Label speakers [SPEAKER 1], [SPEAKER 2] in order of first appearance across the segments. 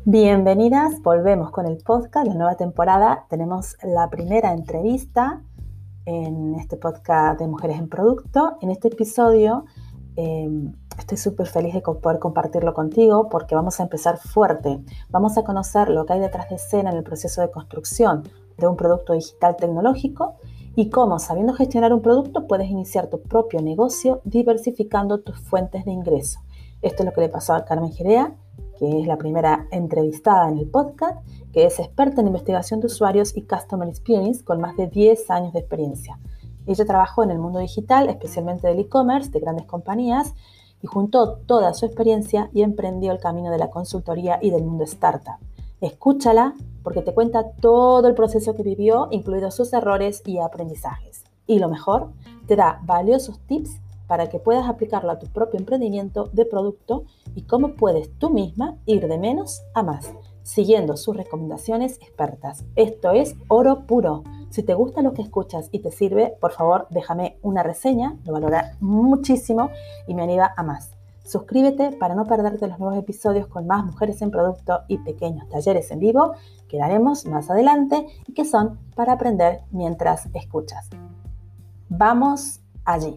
[SPEAKER 1] Bienvenidas, volvemos con el podcast, la nueva temporada. Tenemos la primera entrevista en este podcast de Mujeres en Producto. En este episodio estoy súper feliz de poder compartirlo contigo porque vamos a empezar fuerte. Vamos a conocer lo que hay detrás de escena en el proceso de construcción de un producto digital tecnológico y cómo, sabiendo gestionar un producto, puedes iniciar tu propio negocio diversificando tus fuentes de ingreso. Esto es lo que le pasó a Carmen Jerea, que es la primera entrevistada en el podcast, que es experta en investigación de usuarios y Customer Experience con más de 10 años de experiencia. Ella trabajó en el mundo digital, especialmente del e-commerce, de grandes compañías, y juntó toda su experiencia y emprendió el camino de la consultoría y del mundo startup. Escúchala porque te cuenta todo el proceso que vivió, incluidos sus errores y aprendizajes. Y lo mejor, te da valiosos tips para que puedas aplicarlo a tu propio emprendimiento de producto y cómo puedes tú misma ir de menos a más, siguiendo sus recomendaciones expertas. Esto es oro puro. Si te gusta lo que escuchas y te sirve, por favor, déjame una reseña, lo valora muchísimo y me anima a más. Suscríbete para no perderte los nuevos episodios con más mujeres en producto y pequeños talleres en vivo que daremos más adelante y que son para aprender mientras escuchas. Vamos allí.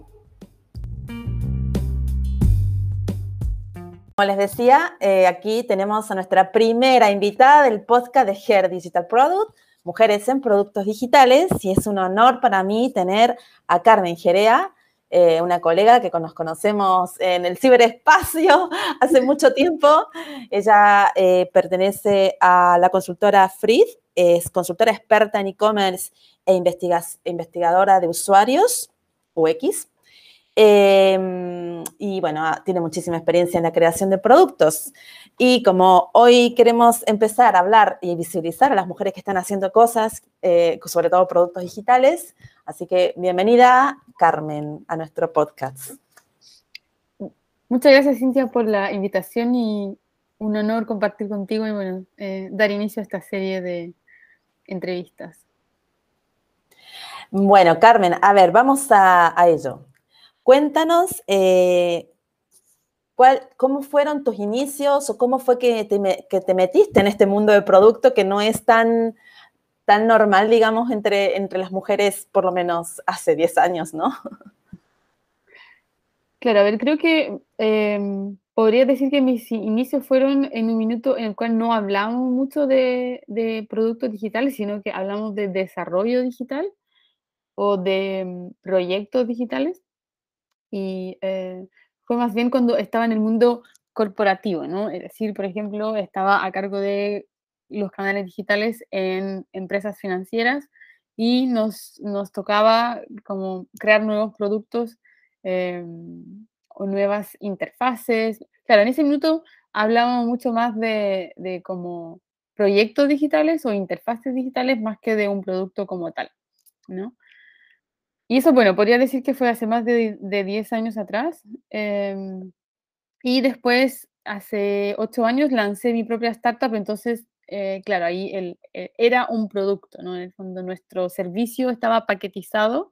[SPEAKER 1] Como les decía, aquí tenemos a nuestra primera invitada del podcast de Her Digital Product, Mujeres en Productos Digitales, y es un honor para mí tener a Carmen Jerea, una colega que nos conocemos en el ciberespacio hace mucho tiempo. Ella pertenece a la consultora Fried, es consultora experta en e-commerce e investigadora de usuarios, UX. Y bueno, tiene muchísima experiencia en la creación de productos. Y como hoy queremos empezar a hablar y visibilizar a las mujeres que están haciendo cosas, sobre todo productos digitales, así que bienvenida, Carmen, a nuestro podcast.
[SPEAKER 2] Muchas gracias, Cintia, por la invitación y un honor compartir contigo y bueno, dar inicio a esta serie de entrevistas.
[SPEAKER 1] Bueno, Carmen, a ver, vamos a ello. Cuéntanos cómo fueron tus inicios o cómo fue que te metiste en este mundo de producto que no es tan normal, digamos, entre las mujeres, por lo menos hace 10 años, ¿no?
[SPEAKER 2] Claro, a ver, creo que podría decir que mis inicios fueron en un minuto en el cual no hablamos mucho de productos digitales, sino que hablamos de desarrollo digital o de proyectos digitales. Y fue más bien cuando estaba en el mundo corporativo, ¿no? Es decir, por ejemplo, estaba a cargo de los canales digitales en empresas financieras y nos tocaba como crear nuevos productos eh, o nuevas interfaces. Claro, en ese minuto hablábamos mucho más de como proyectos digitales o interfaces digitales más que de un producto como tal, ¿no? Y eso, bueno, podría decir que fue hace más de 10 años atrás. Y después, hace 8 años, lancé mi propia startup. Entonces, claro, ahí era un producto, ¿no? En el fondo, nuestro servicio estaba paquetizado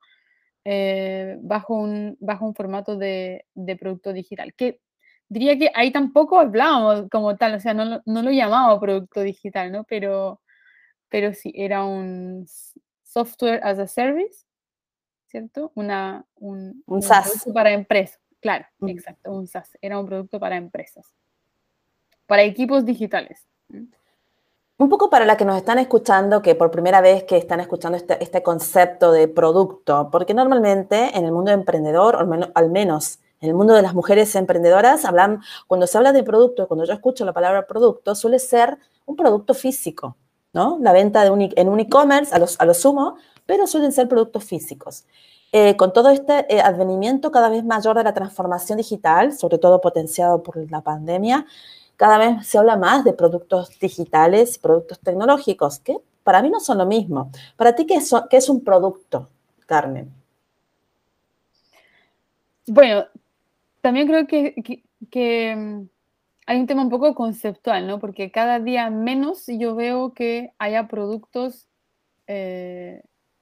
[SPEAKER 2] bajo un formato de producto digital. Que diría que ahí tampoco hablábamos como tal, o sea, no lo llamábamos producto digital, ¿no? Pero sí, era un software as a service, ¿cierto?
[SPEAKER 1] Un
[SPEAKER 2] Un
[SPEAKER 1] SaaS.
[SPEAKER 2] producto para empresas, claro, exacto, un SaaS, era un producto para empresas, para equipos digitales.
[SPEAKER 1] Un poco para las que nos están escuchando, que por primera vez que están escuchando este concepto de producto, porque normalmente en el mundo emprendedor, al menos en el mundo de las mujeres emprendedoras, cuando se habla de producto, cuando yo escucho la palabra producto, suele ser un producto físico, ¿no? La venta en un e-commerce a lo sumo, pero suelen ser productos físicos. Con todo este advenimiento cada vez mayor de la transformación digital, sobre todo potenciado por la pandemia, cada vez se habla más de productos digitales y productos tecnológicos, que para mí no son lo mismo. ¿Para ti qué es un producto, Carmen?
[SPEAKER 2] Bueno, también creo que hay un tema un poco conceptual, ¿no? Porque cada día menos yo veo que haya productos eh,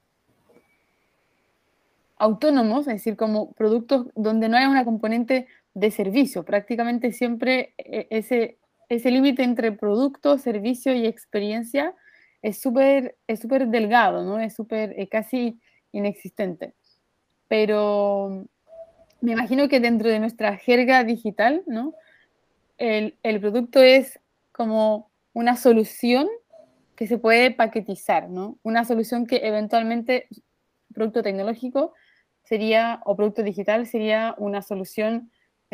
[SPEAKER 2] autónomos, es decir, como productos donde no haya una componente de servicio. Prácticamente siempre ese límite entre producto, servicio y experiencia es súper delgado, ¿no? Es súper casi inexistente. Pero me imagino que dentro de nuestra jerga digital, ¿no? El producto es como una solución que se puede paquetizar, ¿no? Una solución que eventualmente, producto tecnológico sería, o producto digital sería una solución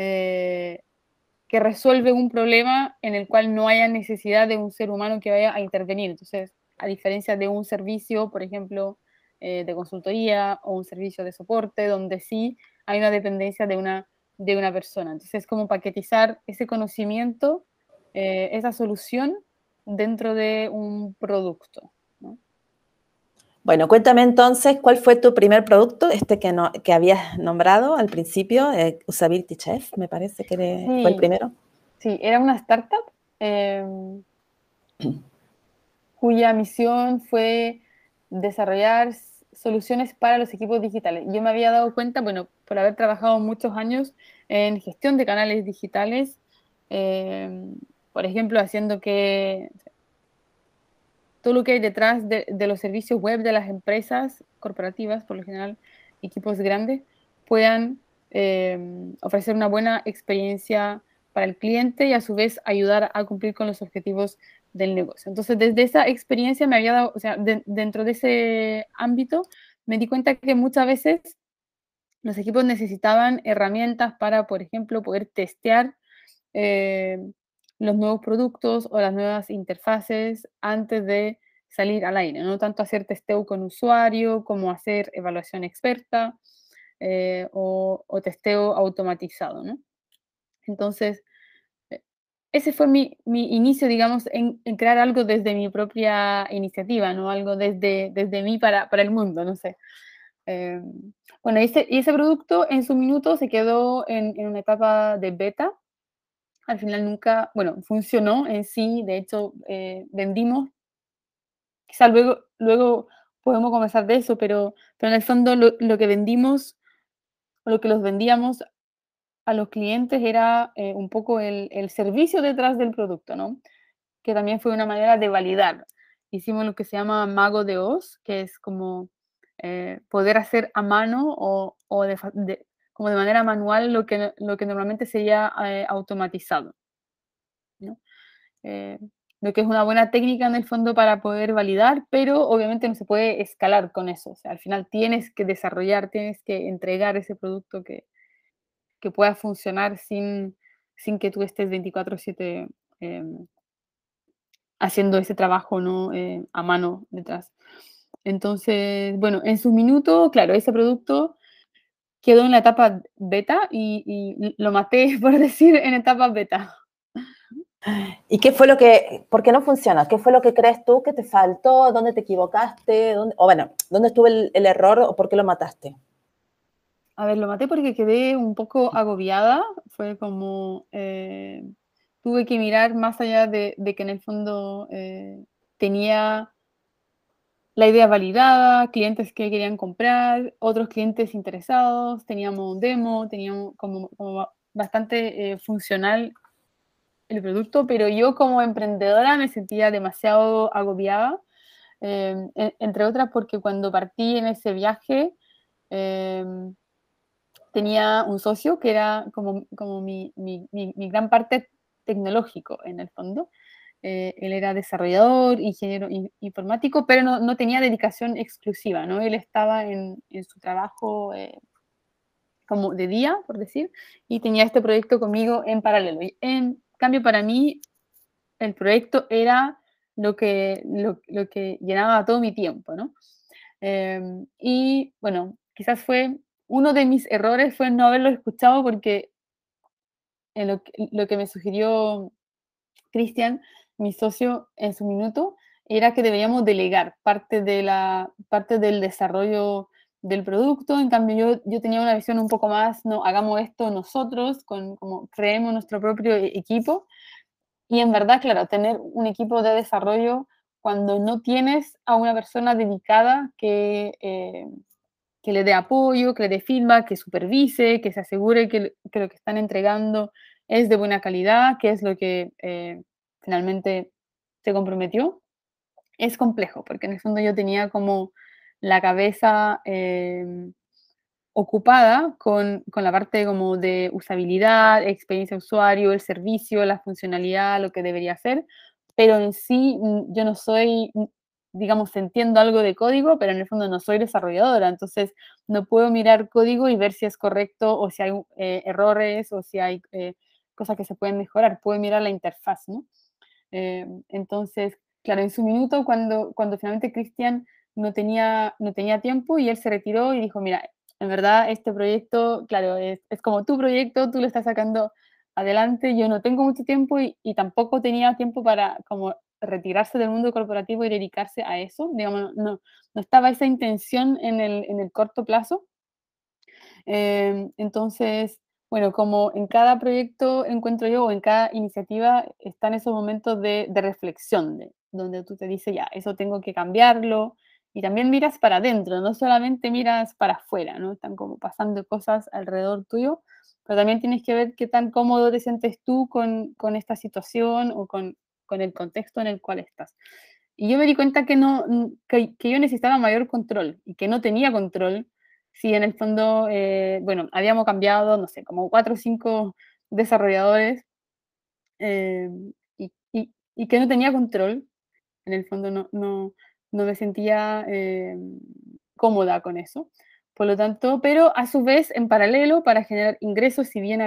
[SPEAKER 2] que resuelve un problema en el cual no haya necesidad de un ser humano que vaya a intervenir. Entonces, a diferencia de un servicio, por ejemplo, de consultoría o un servicio de soporte, donde sí hay una dependencia de una persona. Entonces, es como paquetizar ese conocimiento, esa solución dentro de un producto, ¿no?
[SPEAKER 1] Bueno, cuéntame entonces, ¿cuál fue tu primer producto, este que, no, que habías nombrado al principio? Usability Chef, me parece que fue el
[SPEAKER 2] Sí,
[SPEAKER 1] primero.
[SPEAKER 2] sí, era una startup eh, cuya misión fue desarrollar soluciones para los equipos digitales. Yo me había dado cuenta, bueno, por haber trabajado muchos años en gestión de canales digitales, eh, por ejemplo, haciendo que todo lo que hay detrás de los servicios web de las empresas corporativas, por lo general equipos grandes, puedan ofrecer una buena experiencia para el cliente y a su vez ayudar a cumplir con los objetivos del negocio. Entonces, desde esa experiencia me había dado, o sea, dentro de ese ámbito, me di cuenta que muchas veces los equipos necesitaban herramientas para, por ejemplo, poder testear eh, los nuevos productos o las nuevas interfaces antes de salir al aire, no tanto hacer testeo con usuario como hacer evaluación experta o testeo automatizado, ¿no? Entonces, eh, ese fue mi inicio, digamos, en crear algo desde mi propia iniciativa, ¿no? Algo desde mí para el mundo, no sé. Eh, bueno, y ese producto en su minuto se quedó en una etapa de beta. Al final nunca, bueno, funcionó en sí, de hecho, vendimos, quizá luego podemos conversar de eso, pero en el fondo lo que vendimos, o lo que los vendíamos a los clientes era un poco el servicio detrás del producto, ¿no? Que también fue una manera de validar. Hicimos lo que se llama Mago de Oz, que es como poder hacer a mano o como de manera manual lo que normalmente sería automatizado, ¿no? Eh, lo que es una buena técnica en el fondo para poder validar, pero obviamente no se puede escalar con eso. O sea, al final tienes que desarrollar, tienes que entregar ese producto que pueda funcionar sin que tú estés 24/7 eh, haciendo ese trabajo, ¿no? A mano detrás. Entonces, bueno, en su minuto, claro, ese producto quedó en la etapa beta y lo maté, por decir, en etapa beta.
[SPEAKER 1] ¿Y qué fue lo que, por qué no funciona? ¿Qué fue lo que crees tú que te faltó? ¿Dónde te equivocaste? O bueno, ¿dónde estuvo el error o por qué lo mataste?
[SPEAKER 2] A ver, lo maté porque quedé un poco agobiada. Fue como, tuve que mirar más allá de que en el fondo tenía la idea validada, clientes que querían comprar, otros clientes interesados, teníamos un demo, teníamos como bastante funcional el producto, pero yo como emprendedora me sentía demasiado agobiada, entre otras porque cuando partí en ese viaje, eh, tenía un socio que era como mi gran parte tecnológico en el fondo. Él era desarrollador, ingeniero informático, pero no tenía dedicación exclusiva, ¿no? Él estaba en su trabajo como de día, por decir, y tenía este proyecto conmigo en paralelo. Y en cambio, para mí, el proyecto era lo que llenaba todo mi tiempo, ¿no? Y bueno, quizás fue uno de mis errores fue no haberlo escuchado porque lo que me sugirió Cristian, mi socio, en su minuto, era que deberíamos delegar parte del desarrollo del producto. En cambio, yo tenía una visión un poco más, no, hagamos esto nosotros, como creemos nuestro propio equipo. Y en verdad, claro, tener un equipo de desarrollo cuando no tienes a una persona dedicada que le dé apoyo, que le dé feedback, que supervise, que se asegure que lo que están entregando es de buena calidad, qué es lo que finalmente se comprometió. Es complejo, porque en el fondo yo tenía como la cabeza ocupada con la parte como de usabilidad, experiencia de usuario, el servicio, la funcionalidad, lo que debería hacer, pero en sí yo no soy, digamos, entiendo algo de código, pero en el fondo no soy desarrolladora, entonces no puedo mirar código y ver si es correcto o si hay errores o si hay cosas que se pueden mejorar, puedo mirar la interfaz, ¿no? Entonces, claro, en su minuto, cuando finalmente Cristian no tenía tiempo y él se retiró y dijo, mira, en verdad este proyecto, claro, es como tu proyecto, tú lo estás sacando adelante, yo no tengo mucho tiempo y tampoco tenía tiempo para como retirarse del mundo corporativo y dedicarse a eso, digamos, no estaba esa intención en el corto plazo. Entonces, bueno, como en cada proyecto encuentro yo, o en cada iniciativa, están esos momentos de reflexión, donde tú te dices, ya, eso tengo que cambiarlo, y también miras para adentro, no solamente miras para afuera, ¿no? Están como pasando cosas alrededor tuyo, pero también tienes que ver qué tan cómodo te sientes tú con esta situación o con el contexto en el cual estás. Y yo me di cuenta que, no, que yo necesitaba mayor control y que no tenía control si en el fondo, bueno, habíamos cambiado, no sé, como 4 o 5 desarrolladores y que no tenía control. En el fondo no me sentía cómoda con eso. Por lo tanto, pero a su vez, en paralelo, para generar ingresos, si bien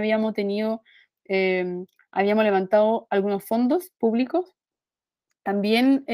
[SPEAKER 2] habíamos levantado algunos fondos públicos, también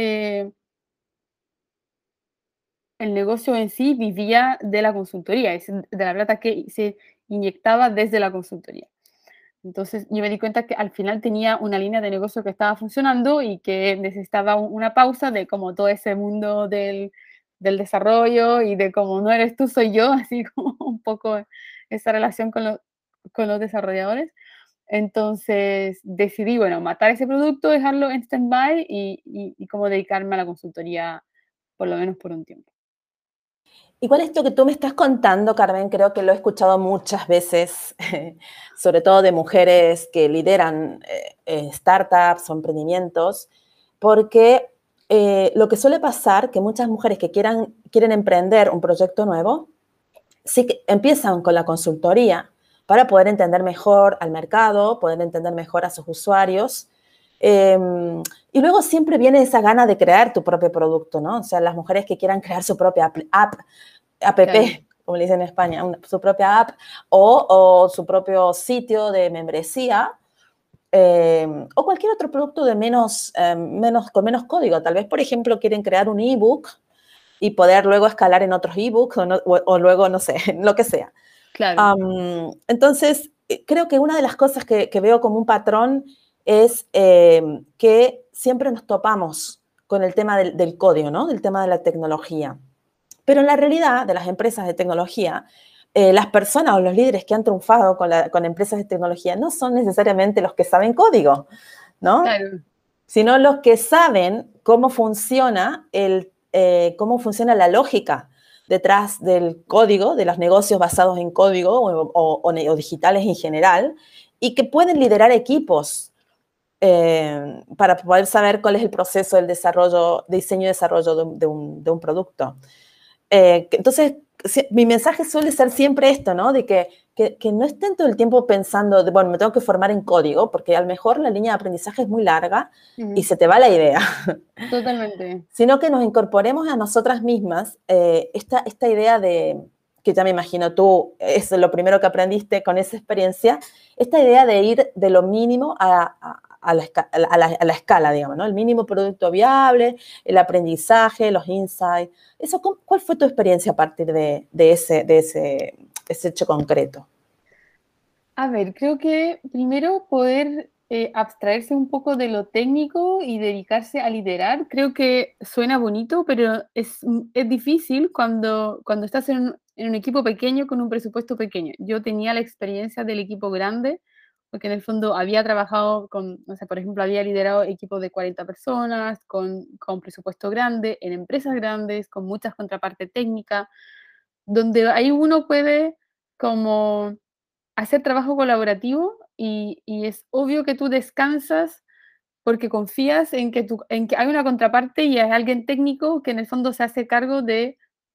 [SPEAKER 2] el negocio en sí vivía de la consultoría, es de la plata que se inyectaba desde la consultoría. Entonces yo me di cuenta que al final tenía una línea de negocio que estaba funcionando y que necesitaba una pausa de como todo ese mundo del desarrollo y de como no eres tú, soy yo, así como un poco esa relación con los desarrolladores. Entonces decidí, bueno, matar ese producto, dejarlo en stand-by y como dedicarme a la consultoría por lo menos por un tiempo.
[SPEAKER 1] Igual esto que tú me estás contando, Carmen, creo que lo he escuchado muchas veces, sobre todo de mujeres que lideran startups o emprendimientos, porque lo que suele pasar, que muchas mujeres que quieren emprender un proyecto nuevo, sí que empiezan con la consultoría para poder entender mejor al mercado, poder entender mejor a sus usuarios. Eh, y luego siempre viene esa gana de crear tu propio producto, ¿no? O sea, las mujeres que quieran crear su propia app,
[SPEAKER 2] Claro,
[SPEAKER 1] como le dicen en España, su propia app o su propio sitio de membresía, o cualquier otro producto de con menos código. Tal vez, por ejemplo, quieren crear un ebook y poder luego escalar en otros ebooks o luego, no sé, lo que sea.
[SPEAKER 2] claro.
[SPEAKER 1] Entonces, creo que una de las cosas que veo como un patrón es que siempre nos topamos con el tema del código, ¿no? Del tema de la tecnología. Pero en la realidad de las empresas de tecnología, las personas o los líderes que han triunfado con empresas de tecnología no son necesariamente los que saben código, ¿no?
[SPEAKER 2] Claro,
[SPEAKER 1] Sino los que saben cómo funciona la lógica detrás del código, de los negocios basados en código o digitales en general, y que pueden liderar equipos para poder saber cuál es el proceso del desarrollo, diseño y desarrollo de un producto. Entonces, mi mensaje suele ser siempre esto, ¿no? De que no estén todo el tiempo pensando, bueno, me tengo que formar en código, porque a lo mejor la línea de aprendizaje es muy larga y
[SPEAKER 2] ujú,
[SPEAKER 1] se te va la idea,
[SPEAKER 2] totalmente.
[SPEAKER 1] sino que nos incorporemos a nosotras mismas esta idea que ya me imagino tú, es lo primero que aprendiste con esa experiencia, esta idea de ir de lo mínimo a la escala, digamos, ¿no? El mínimo producto viable, el aprendizaje, los insights. ¿Cuál fue tu experiencia a partir de ese hecho concreto?
[SPEAKER 2] A ver, creo que primero poder abstraerse un poco de lo técnico y dedicarse a liderar, creo que suena bonito, pero es difícil cuando estás en un equipo pequeño con un presupuesto pequeño. Yo tenía la experiencia del equipo grande, porque en el fondo había trabajado con, no sé, por ejemplo, había liderado equipos de 40 personas, con presupuesto grande, en empresas grandes, con muchas contrapartes técnicas, donde ahí uno puede como hacer trabajo colaborativo y es obvio que tú descansas porque confías en que hay una contraparte y hay alguien técnico que en el fondo se hace cargo de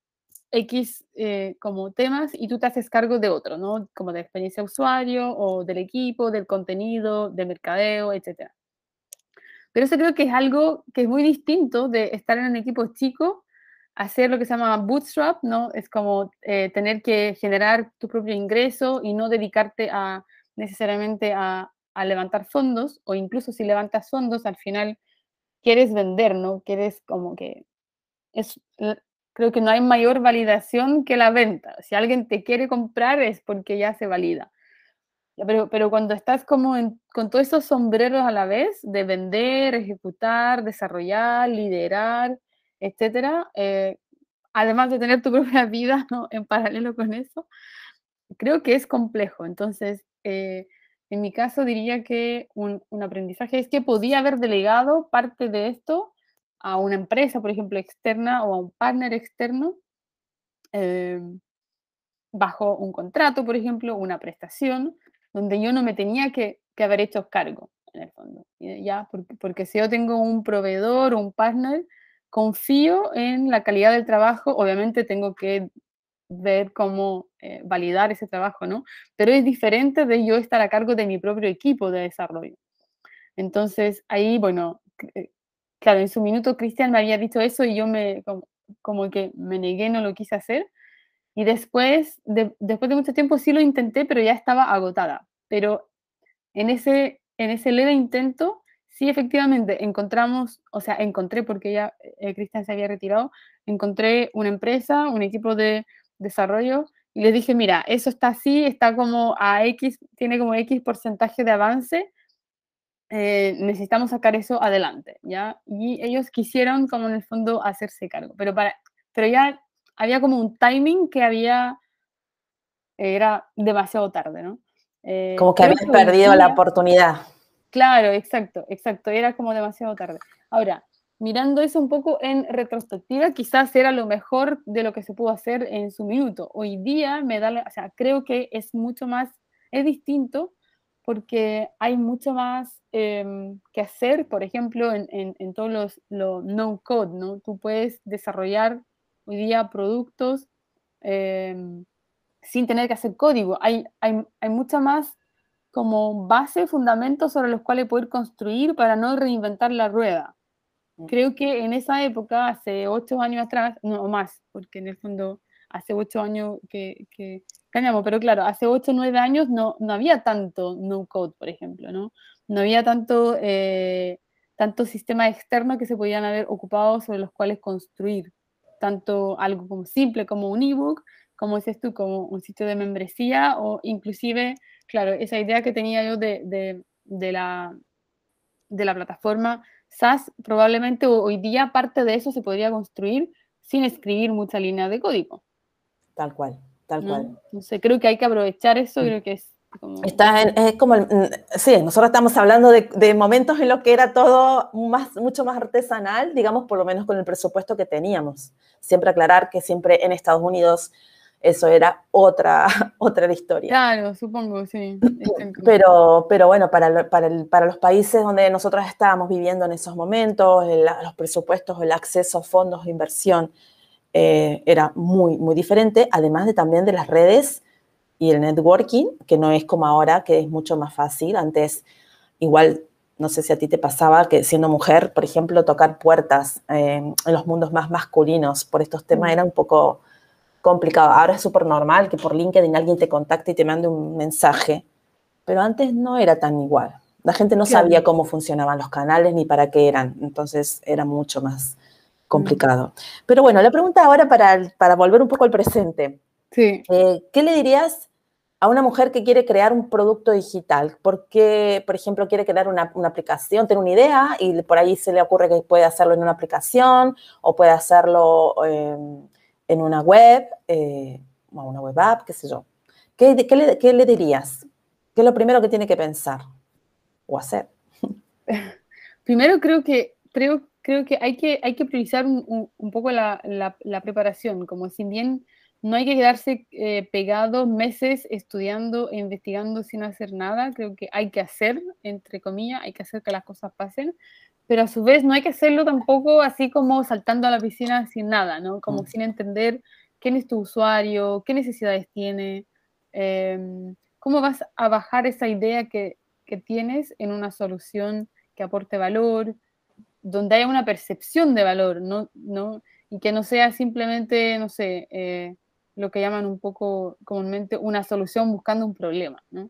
[SPEAKER 2] X como temas y tú te haces cargo de otro, ¿no? Como de experiencia de usuario o del equipo, del contenido, de mercadeo, etcétera. Pero eso creo que es algo que es muy distinto de estar en un equipo chico, hacer lo que se llama bootstrap, ¿no? Es como tener que generar tu propio ingreso y no dedicarte a necesariamente a levantar fondos, o incluso si levantas fondos, al final quieres vender, ¿no? Quieres como que es, creo que no hay mayor validación que la venta. Si alguien te quiere comprar es porque ya se valida. Pero cuando estás como con todos esos sombreros a la vez, de vender, ejecutar, desarrollar, liderar, etcétera, además de tener tu propia vida, ¿no? En paralelo con eso, creo que es complejo. Entonces, en mi caso diría que un aprendizaje es que podía haber delegado parte de esto a una empresa, por ejemplo, externa o a un partner externo, eh, bajo un contrato, por ejemplo, una prestación, donde yo no me tenía que haber hecho cargo, en el fondo. Ya, porque si yo tengo un proveedor o un partner, confío en la calidad del trabajo, obviamente tengo que ver cómo validar ese trabajo, ¿no? Pero es diferente de yo estar a cargo de mi propio equipo de desarrollo. Entonces, ahí, bueno, claro, en su minuto Cristian me había dicho eso y yo como que me negué, no lo quise hacer. Y después de mucho tiempo sí lo intenté, pero ya estaba agotada. Pero en ese leve intento, sí efectivamente encontramos, o sea, encontré, porque ya Cristian se había retirado, encontré una empresa, un equipo de desarrollo, y les dije, mira, eso está así, está como a X, tiene como X porcentaje de avance, necesitamos sacar eso adelante, ¿ya? Y ellos quisieron como en el fondo hacerse cargo, pero ya había como un timing que era demasiado tarde, ¿no?
[SPEAKER 1] Como que
[SPEAKER 2] Creo
[SPEAKER 1] habías
[SPEAKER 2] que hoy
[SPEAKER 1] perdido la
[SPEAKER 2] día,
[SPEAKER 1] oportunidad.
[SPEAKER 2] claro, exacto, exacto, era como demasiado tarde. Ahora, mirando eso un poco en retrospectiva, quizás era lo mejor de lo que se pudo hacer en su minuto. Hoy día o sea, creo que es mucho más, es distinto porque hay mucho más que hacer, por ejemplo, en todos los no code, ¿no? Tú puedes desarrollar hoy día productos em, sin tener que hacer código. Hay mucha más como base, fundamentos sobre los cuales poder construir para no reinventar la rueda. Creo que en esa época, hace 8 años atrás, no más, porque en el fondo hace 8 años que ganamos, pero claro, hace 8 o 9 años no había tanto no code, por ejemplo, ¿no? No había tanto sistema externo que se podían haber ocupado sobre los cuales construir, tanto algo como simple como un ebook, como dices tú, como un sitio de membresía o inclusive, claro, esa idea que tenía yo de la plataforma SaaS, probablemente hoy día parte de eso se podría construir sin escribir mucha línea de código,
[SPEAKER 1] Tal cual, tal cual.
[SPEAKER 2] ¿no? Entonces creo que hay que aprovechar eso, creo que es como...
[SPEAKER 1] Es como, sí, nosotros estamos hablando de momentos en los que era todo mucho más artesanal, digamos, por lo menos con el presupuesto que teníamos. Siempre aclarar que siempre en Estados Unidos eso era otra, otra historia.
[SPEAKER 2] Claro, supongo, sí. Exacto.
[SPEAKER 1] Pero bueno, para los países donde nosotros estábamos viviendo en esos momentos, los presupuestos, el acceso a fondos de inversión era muy, muy diferente, además de también de las redes y el networking, que no es como ahora, que es mucho más fácil. Antes, igual, no sé si a ti te pasaba que siendo mujer, por ejemplo, tocar puertas en los mundos más masculinos por estos temas era un poco complicado. Ahora es súper normal que por LinkedIn alguien te contacte y te mande un mensaje, pero antes no era tan igual. La gente no
[SPEAKER 2] Claro.
[SPEAKER 1] sabía cómo funcionaban los canales ni para qué eran, entonces era mucho más complicado. Pero bueno, la pregunta ahora para volver un poco al presente.
[SPEAKER 2] Sí.
[SPEAKER 1] ¿Qué le dirías a una mujer que quiere crear un producto digital? Porque, por ejemplo, quiere crear una aplicación, tiene una idea y por ahí se le ocurre que puede hacerlo en una aplicación o puede hacerlo en una web, o una web app, qué sé yo. ¿Qué le dirías? ¿Qué es lo primero que tiene que pensar o hacer?
[SPEAKER 2] Primero creo que hay que priorizar un poco la preparación, como si bien no hay que quedarse pegados meses estudiando e investigando sin hacer nada. Creo que hay que hacer, entre comillas, hay que hacer que las cosas pasen, pero a su vez no hay que hacerlo tampoco así como saltando a la piscina sin nada, ¿no? Como sin entender quién es tu usuario, qué necesidades tiene, cómo vas a bajar esa idea que tienes en una solución que aporte valor, donde haya una percepción de valor, y que no sea simplemente, no sé, lo que llaman un poco comúnmente una solución buscando un problema, ¿no?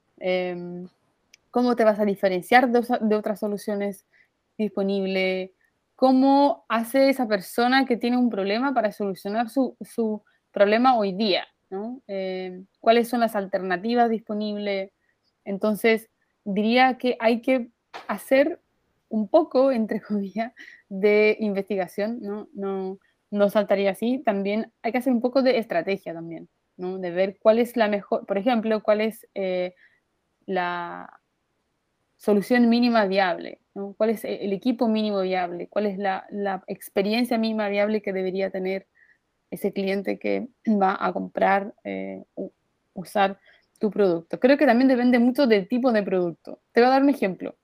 [SPEAKER 2] ¿Cómo te vas a diferenciar de otras soluciones disponibles? ¿Cómo hace esa persona que tiene un problema para solucionar su problema hoy día, ¿no? ¿Cuáles son las alternativas disponibles? Entonces, diría que hay que hacer un poco, entre comillas, de investigación, ¿no? No saltaría así. También hay que hacer un poco de estrategia también, ¿no? De ver cuál es la mejor, por ejemplo, cuál es la solución mínima viable, ¿no? ¿Cuál es el equipo mínimo viable? ¿Cuál es la experiencia mínima viable que debería tener ese cliente que va a comprar, usar tu producto? Creo que también depende mucho del tipo de producto. Te voy a dar un ejemplo,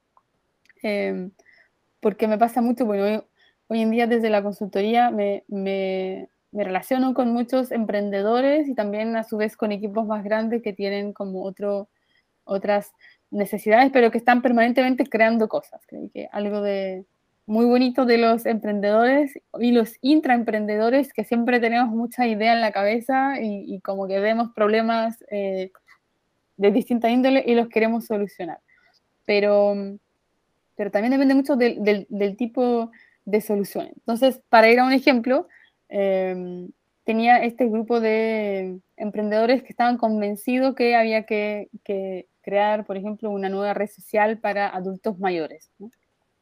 [SPEAKER 2] porque me pasa mucho, bueno, hoy en día desde la consultoría me relaciono con muchos emprendedores y también a su vez con equipos más grandes que tienen como otras necesidades, pero que están permanentemente creando cosas. Creo que algo de muy bonito de los emprendedores y los intraemprendedores, que siempre tenemos mucha idea en la cabeza y como que vemos problemas de distinta índole y los queremos solucionar. Pero, pero también depende mucho del tipo de solución. Entonces, para ir a un ejemplo, tenía este grupo de emprendedores que estaban convencidos que había que crear, por ejemplo, una nueva red social para adultos mayores, ¿no?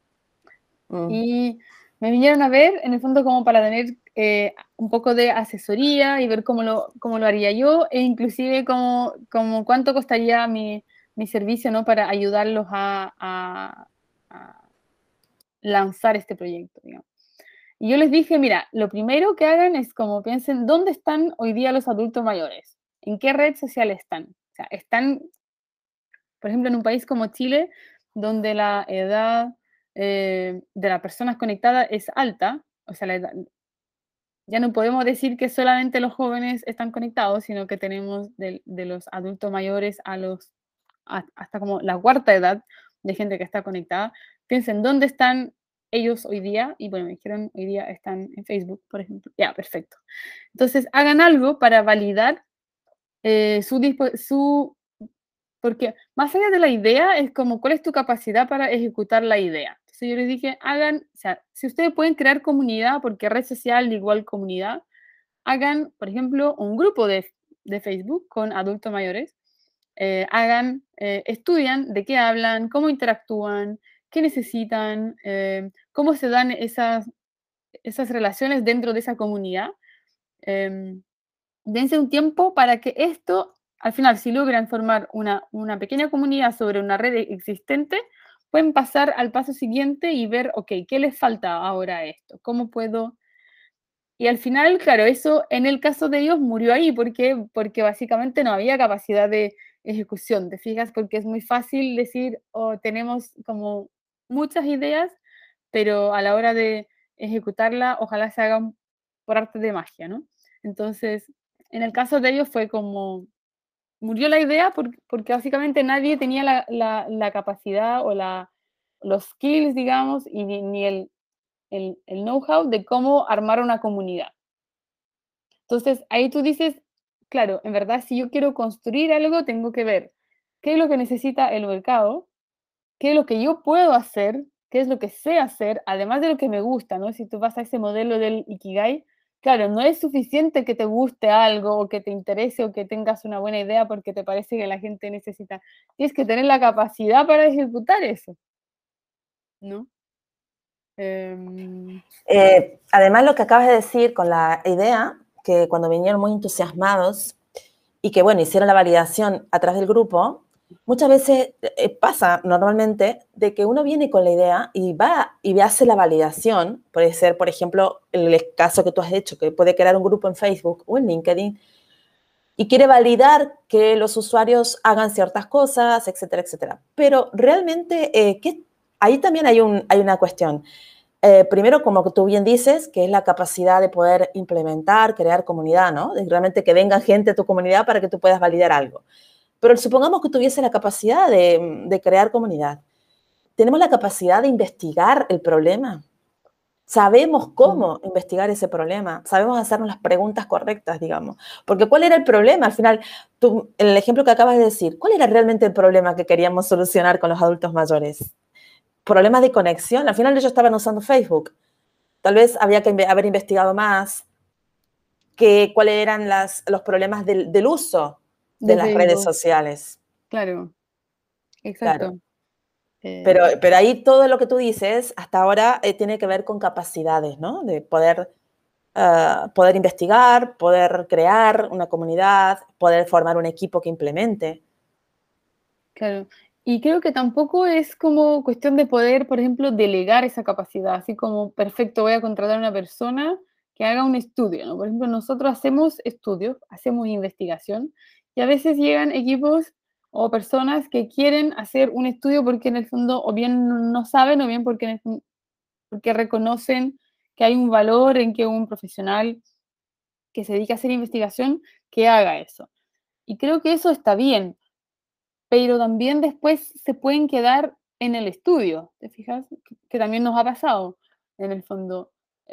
[SPEAKER 2] Y me vinieron a ver, en el fondo, como para tener un poco de asesoría y ver cómo lo haría yo, e inclusive como cuánto costaría mi servicio, ¿no? Para ayudarlos a lanzar este proyecto, digamos. Y yo les dije, mira, lo primero que hagan es como piensen, ¿dónde están hoy día los adultos mayores? ¿En qué red social están? O sea, están, por ejemplo, en un país como Chile, donde la edad de las personas conectadas es alta, o sea, ya no podemos decir que solamente los jóvenes están conectados, sino que tenemos de los adultos mayores hasta como la cuarta edad de gente que está conectada. Piensen, ¿dónde están ellos hoy día? Y bueno, me dijeron, hoy día están en Facebook, por ejemplo. Ya, perfecto. Entonces, hagan algo para validar porque más allá de la idea, es como, ¿cuál es tu capacidad para ejecutar la idea? Entonces yo les dije, hagan, o sea, si ustedes pueden crear comunidad, porque red social igual comunidad, hagan, por ejemplo, un grupo de Facebook con adultos mayores, estudian de qué hablan, cómo interactúan, qué necesitan, cómo se dan esas relaciones dentro de esa comunidad. em, Dense un tiempo para que esto, al final, si logran formar una pequeña comunidad sobre una red existente, pueden pasar al paso siguiente y ver, ok, ¿qué les falta ahora a esto? ¿Cómo puedo? Y al final, claro, eso en el caso de ellos murió ahí, porque básicamente no había capacidad de ejecución, ¿te fijas? Porque es muy fácil decir, oh, tenemos como muchas ideas, pero a la hora de ejecutarla, ojalá se hagan por arte de magia, ¿no? Entonces, en el caso de ellos fue como, murió la idea porque básicamente nadie tenía la capacidad o los skills, digamos, y ni el know-how de cómo armar una comunidad. Entonces, ahí tú dices, claro, en verdad, si yo quiero construir algo, tengo que ver qué es lo que necesita el mercado, qué es lo que yo puedo hacer, qué es lo que sé hacer, además de lo que me gusta, ¿no? Si tú vas a ese modelo del Ikigai, claro, no es suficiente que te guste algo o que te interese o que tengas una buena idea porque te parece que la gente necesita. Tienes que tener la capacidad para ejecutar eso, ¿no? Em,
[SPEAKER 1] Además, lo que acabas de decir con la idea, que cuando vinieron muy entusiasmados y que, bueno, hicieron la validación a través del grupo, muchas veces pasa normalmente de que uno viene con la idea y va y hace la validación. Puede ser, por ejemplo, el caso que tú has hecho, que puede crear un grupo en Facebook o en LinkedIn y quiere validar que los usuarios hagan ciertas cosas, etcétera, etcétera. Pero realmente ahí también hay una cuestión. Primero, como tú bien dices, que es la capacidad de poder implementar, crear comunidad, ¿no? De realmente que venga gente a tu comunidad para que tú puedas validar algo. Pero supongamos que tuviese la capacidad de crear comunidad. ¿Tenemos la capacidad de investigar el problema? ¿Sabemos
[SPEAKER 2] Mm.
[SPEAKER 1] cómo investigar ese problema? ¿Sabemos hacernos las preguntas correctas, digamos? Porque ¿cuál era el problema? Al final, tú, en el ejemplo que acabas de decir, ¿cuál era realmente el problema que queríamos solucionar con los adultos mayores? ¿Problemas de conexión? Al final ellos estaban usando Facebook. Tal vez había que haber investigado más cuáles eran los problemas del uso de
[SPEAKER 2] De
[SPEAKER 1] las redes
[SPEAKER 2] Facebook,
[SPEAKER 1] sociales.
[SPEAKER 2] claro,
[SPEAKER 1] Claro.
[SPEAKER 2] exacto. Eh,
[SPEAKER 1] Pero ahí todo lo que tú dices hasta ahora tiene que ver con capacidades, ¿no? De poder investigar, poder crear una comunidad, poder formar un equipo que implemente.
[SPEAKER 2] Claro. Y creo que tampoco es como cuestión de poder, por ejemplo, delegar esa capacidad, así como, perfecto, voy a contratar a una persona que haga un estudio, ¿no? Por ejemplo, nosotros hacemos estudios, hacemos investigación, y a veces llegan equipos o personas que quieren hacer un estudio porque en el fondo o bien no saben o bien porque, porque reconocen que hay un valor en que un profesional que se dedique a hacer investigación que haga eso. Y creo que eso está bien, pero también después se pueden quedar en el estudio, ¿te fijas? Que también nos ha pasado, en el fondo.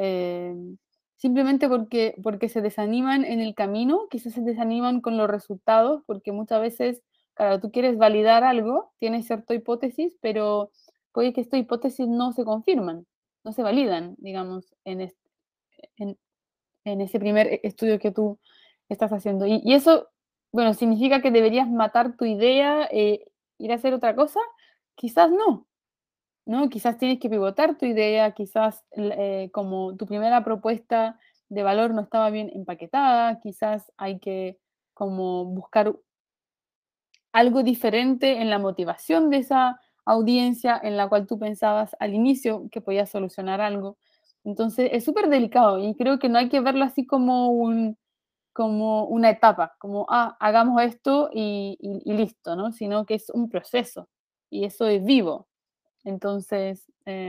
[SPEAKER 2] Simplemente porque se desaniman en el camino, quizás se desaniman con los resultados, porque muchas veces, claro, tú quieres validar algo, tienes cierta hipótesis, pero puede que estas hipótesis no se confirman, no se validan, digamos, en, en ese primer estudio que tú estás haciendo. Y eso, bueno, significa que deberías matar tu idea, ir a hacer otra cosa. Quizás no, ¿no? Quizás tienes que pivotar tu idea, quizás como tu primera propuesta de valor no estaba bien empaquetada, quizás hay que como buscar algo diferente en la motivación de esa audiencia en la cual tú pensabas al inicio que podía solucionar algo. Entonces es súper delicado y creo que no hay que verlo así como como una etapa, como, ah, hagamos esto y listo, ¿no? Sino que es un proceso y eso es vivo. Entonces,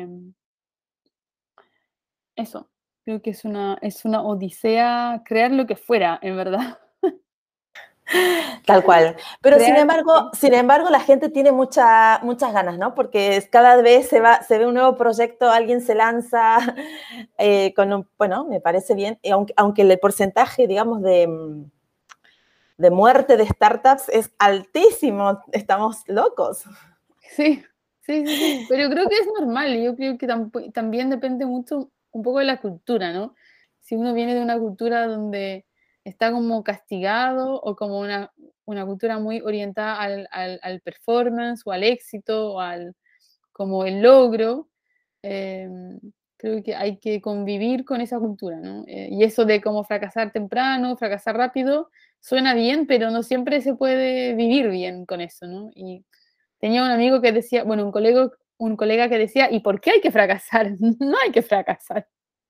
[SPEAKER 2] eso, creo que es una odisea crear lo que fuera, en verdad.
[SPEAKER 1] Tal cual. Pero
[SPEAKER 2] Crear,
[SPEAKER 1] sin embargo, la gente tiene muchas ganas, ¿no? Porque cada vez se ve un nuevo proyecto, alguien se lanza bueno, me parece bien, y aunque el porcentaje, digamos, de muerte de startups es altísimo, estamos locos.
[SPEAKER 2] sí, sí, sí, sí, pero yo creo que es normal, y yo creo que también depende mucho un poco de la cultura, ¿no? Si uno viene de una cultura donde está como castigado o como una cultura muy orientada al performance o al éxito o al como el logro, creo que hay que convivir con esa cultura, ¿no? Y eso de como fracasar temprano, fracasar rápido, suena bien, pero no siempre se puede vivir bien con eso, ¿no? Y tenía un amigo que decía, bueno, un colega que decía, ¿y por qué hay que fracasar? No hay que fracasar,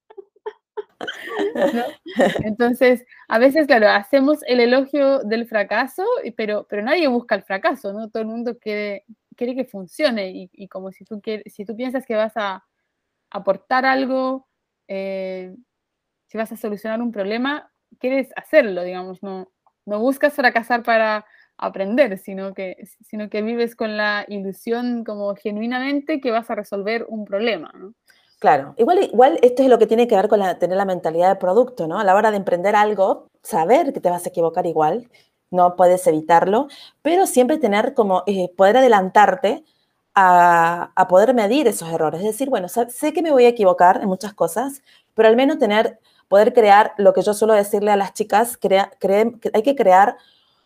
[SPEAKER 2] ¿no? Entonces, a veces, claro, hacemos el elogio del fracaso, pero nadie busca el fracaso, ¿no? Todo el mundo quiere que funcione y como si tú piensas que vas a aportar algo, eh, si vas a solucionar un problema, quieres hacerlo, digamos, no buscas fracasar para aprender, sino que vives con la ilusión como genuinamente que vas a resolver un problema, ¿no?
[SPEAKER 1] Claro, igual esto es lo que tiene que ver con tener la mentalidad de producto, ¿no? A la hora de emprender algo, saber que te vas a equivocar igual, no puedes evitarlo, pero siempre tener como poder adelantarte a poder medir esos errores. Es decir, bueno, sé que me voy a equivocar en muchas cosas, pero al menos poder crear lo que yo suelo decirle a las chicas, hay que crear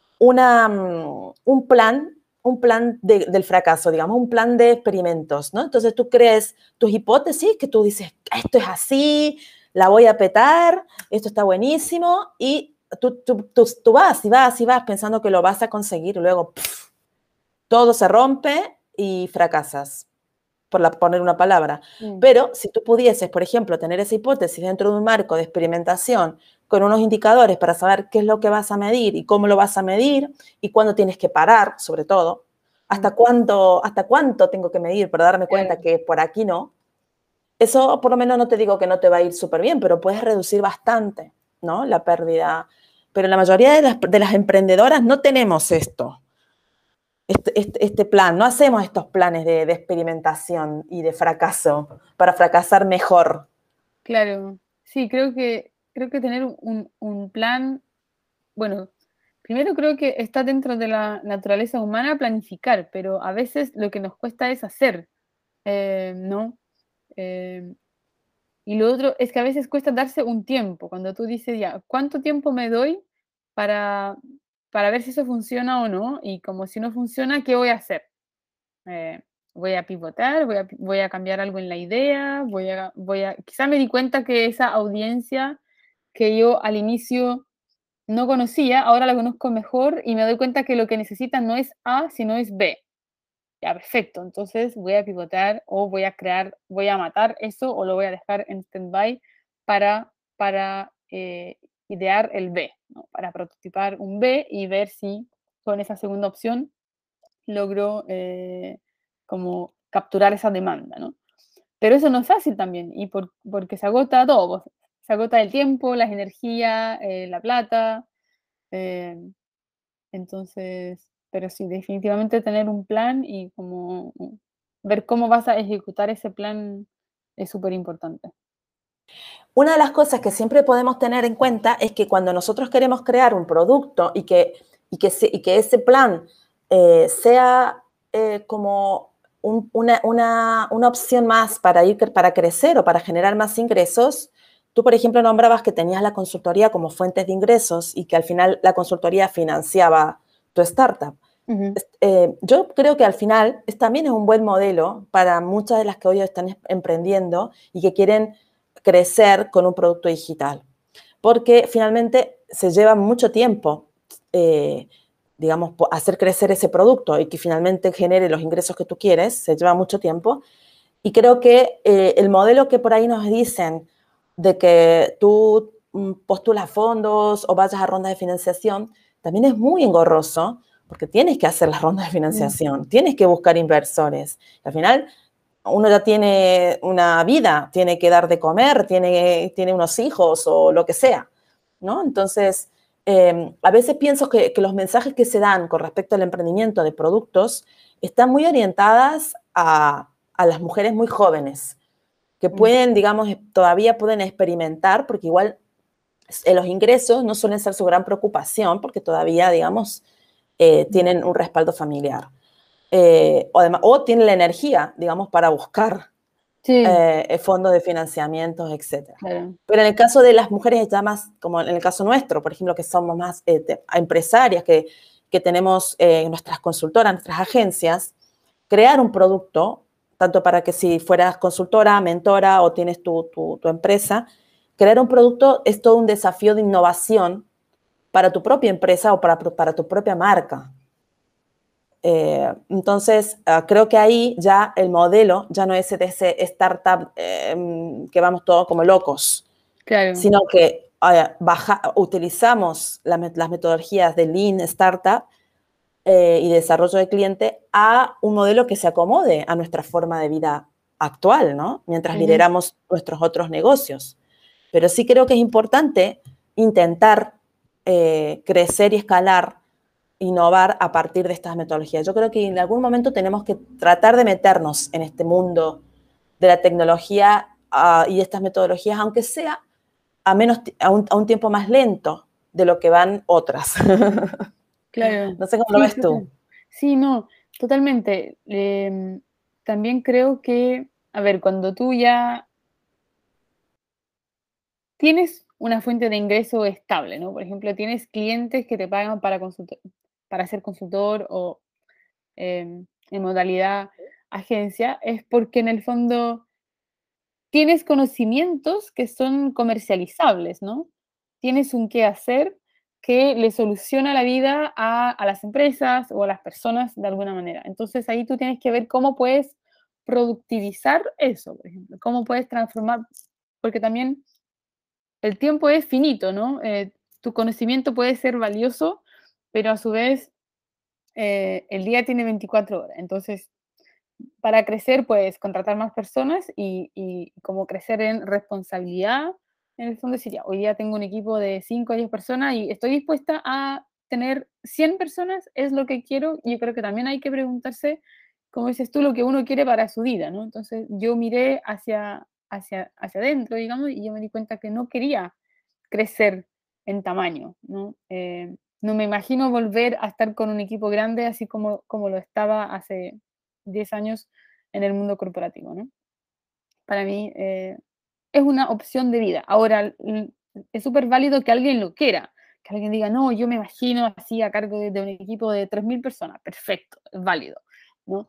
[SPEAKER 1] un plan del fracaso, digamos, un plan de experimentos, ¿no? Entonces tú crees tus hipótesis, que tú dices, esto es así, la voy a petar, esto está buenísimo, y tú vas y vas y vas pensando que lo vas a conseguir, y luego, todo se rompe y fracasas, poner una palabra.
[SPEAKER 2] Mm,
[SPEAKER 1] Pero si tú pudieses, por ejemplo, tener esa hipótesis dentro de un marco de experimentación con unos indicadores para saber qué es lo que vas a medir y cómo lo vas a medir y cuándo tienes que parar, sobre todo,
[SPEAKER 2] mm,
[SPEAKER 1] hasta cuánto tengo que medir para darme cuenta
[SPEAKER 2] claro.
[SPEAKER 1] que por aquí no, eso por lo menos no te digo que no te va a ir súper bien, pero puedes reducir bastante, ¿no? La pérdida. Pero la mayoría de las emprendedoras no tenemos esto, este plan, no hacemos estos planes de experimentación y de fracaso para fracasar mejor.
[SPEAKER 2] Claro, sí, creo que tener un plan, bueno, primero creo que está dentro de la naturaleza humana planificar, pero a veces lo que nos cuesta es hacer, ¿no? Eh, y lo otro es que a veces cuesta darse un tiempo, cuando tú dices, ya, ¿cuánto tiempo me doy para, para ver si eso funciona o no? Y como si no funciona, ¿qué voy a hacer? eh, Voy a pivotar, voy a cambiar algo en la idea, quizá me di cuenta que esa audiencia que yo al inicio no conocía, ahora la conozco mejor y me doy cuenta que lo que necesitan no es A, sino es B. Ya, perfecto, entonces voy a pivotar o voy a crear, voy a matar eso o lo voy a dejar en stand-by para idear el B, ¿no? Para prototipar un B y ver si con esa segunda opción logro como capturar esa demanda, ¿no? Pero eso no es fácil también, porque se agota todo, pues, se agota el tiempo, las energías, la plata, eh, entonces, pero sí, definitivamente tener un plan y como ver cómo vas a ejecutar ese plan es súper importante.
[SPEAKER 1] Una de las cosas que siempre podemos tener en cuenta es que cuando nosotros queremos crear un producto y que ese plan sea como una opción más para crecer o para generar más ingresos, tú, por ejemplo, nombrabas que tenías la consultoría como fuentes de ingresos y que al final la consultoría financiaba tu startup.
[SPEAKER 2] Ujú,
[SPEAKER 1] Yo creo que al final también es un buen modelo para muchas de las que hoy están emprendiendo y que quieren crecer con un producto digital, porque finalmente se lleva mucho tiempo, eh, digamos, hacer crecer ese producto y que finalmente genere los ingresos que tú quieres, se lleva mucho tiempo. Y creo que el modelo que por ahí nos dicen de que tú postulas fondos o vayas a rondas de financiación, también es muy engorroso porque tienes que hacer las rondas de
[SPEAKER 2] mm,
[SPEAKER 1] financiación, tienes que buscar inversores. Al final, uno ya tiene una vida, tiene que dar de comer, tiene unos hijos o lo que sea, ¿no? Entonces, a veces pienso que los mensajes que se dan con respecto al emprendimiento de productos están muy orientadas a las mujeres muy jóvenes, que
[SPEAKER 2] mm,
[SPEAKER 1] pueden, digamos, todavía pueden experimentar, porque igual los ingresos no suelen ser su gran preocupación, porque todavía, digamos,
[SPEAKER 2] mm.
[SPEAKER 1] tienen un respaldo familiar. O tienen la energía, digamos, para buscar
[SPEAKER 2] Sí,
[SPEAKER 1] fondos de financiamiento, etcétera.
[SPEAKER 2] claro.
[SPEAKER 1] Pero en el caso de las mujeres ya más, como en el caso nuestro, por ejemplo, que somos más empresarias, que tenemos nuestras consultoras, nuestras agencias, crear un producto, tanto para que si fueras consultora, mentora o tienes tu empresa, crear un producto es todo un desafío de innovación para tu propia empresa o para tu propia marca. Entonces, creo que ahí ya el modelo ya no es de ese startup que vamos todos como locos,
[SPEAKER 2] Claro.
[SPEAKER 1] sino que utilizamos las metodologías de Lean Startup y desarrollo de cliente a un modelo que se acomode a nuestra forma de vida actual, ¿no? Mientras
[SPEAKER 2] Ujú,
[SPEAKER 1] lideramos nuestros otros negocios. Pero sí creo que es importante intentar crecer y escalar, innovar a partir de estas metodologías. Yo creo que en algún momento tenemos que tratar de meternos en este mundo de la tecnología y de estas metodologías, aunque sea a un tiempo más lento de lo que van otras.
[SPEAKER 2] claro.
[SPEAKER 1] No sé cómo lo
[SPEAKER 2] Sí,
[SPEAKER 1] ves tú.
[SPEAKER 2] total. Sí, no, totalmente. También creo que, a ver, cuando tú ya tienes una fuente de ingreso estable, ¿no? Por ejemplo, tienes clientes que te pagan para ser consultor o en modalidad agencia, es porque en el fondo tienes conocimientos que son comercializables, ¿no? Tienes un qué hacer que le soluciona la vida a las empresas o a las personas de alguna manera. Entonces ahí tú tienes que ver cómo puedes productivizar eso, por ejemplo, cómo puedes transformar, porque también el tiempo es finito, ¿no? Tu conocimiento puede ser valioso, pero a su vez el día tiene 24 horas. Entonces, para crecer, puedes contratar más personas y como crecer en responsabilidad. En el fondo sería, hoy día tengo un equipo de 5 o 10 personas y estoy dispuesta a tener 100 personas, es lo que quiero. Y yo creo que también hay que preguntarse, como dices tú, lo que uno quiere para su vida, ¿no? Entonces yo miré hacia adentro, digamos, y yo me di cuenta que no quería crecer en tamaño, ¿no? No me imagino volver a estar con un equipo grande así como lo estaba hace 10 años en el mundo corporativo, ¿no? Para mí es una opción de vida. Ahora, es súper válido que alguien lo quiera, que alguien diga, no, yo me imagino así a cargo de un equipo de 3.000 personas, perfecto, es válido, ¿no?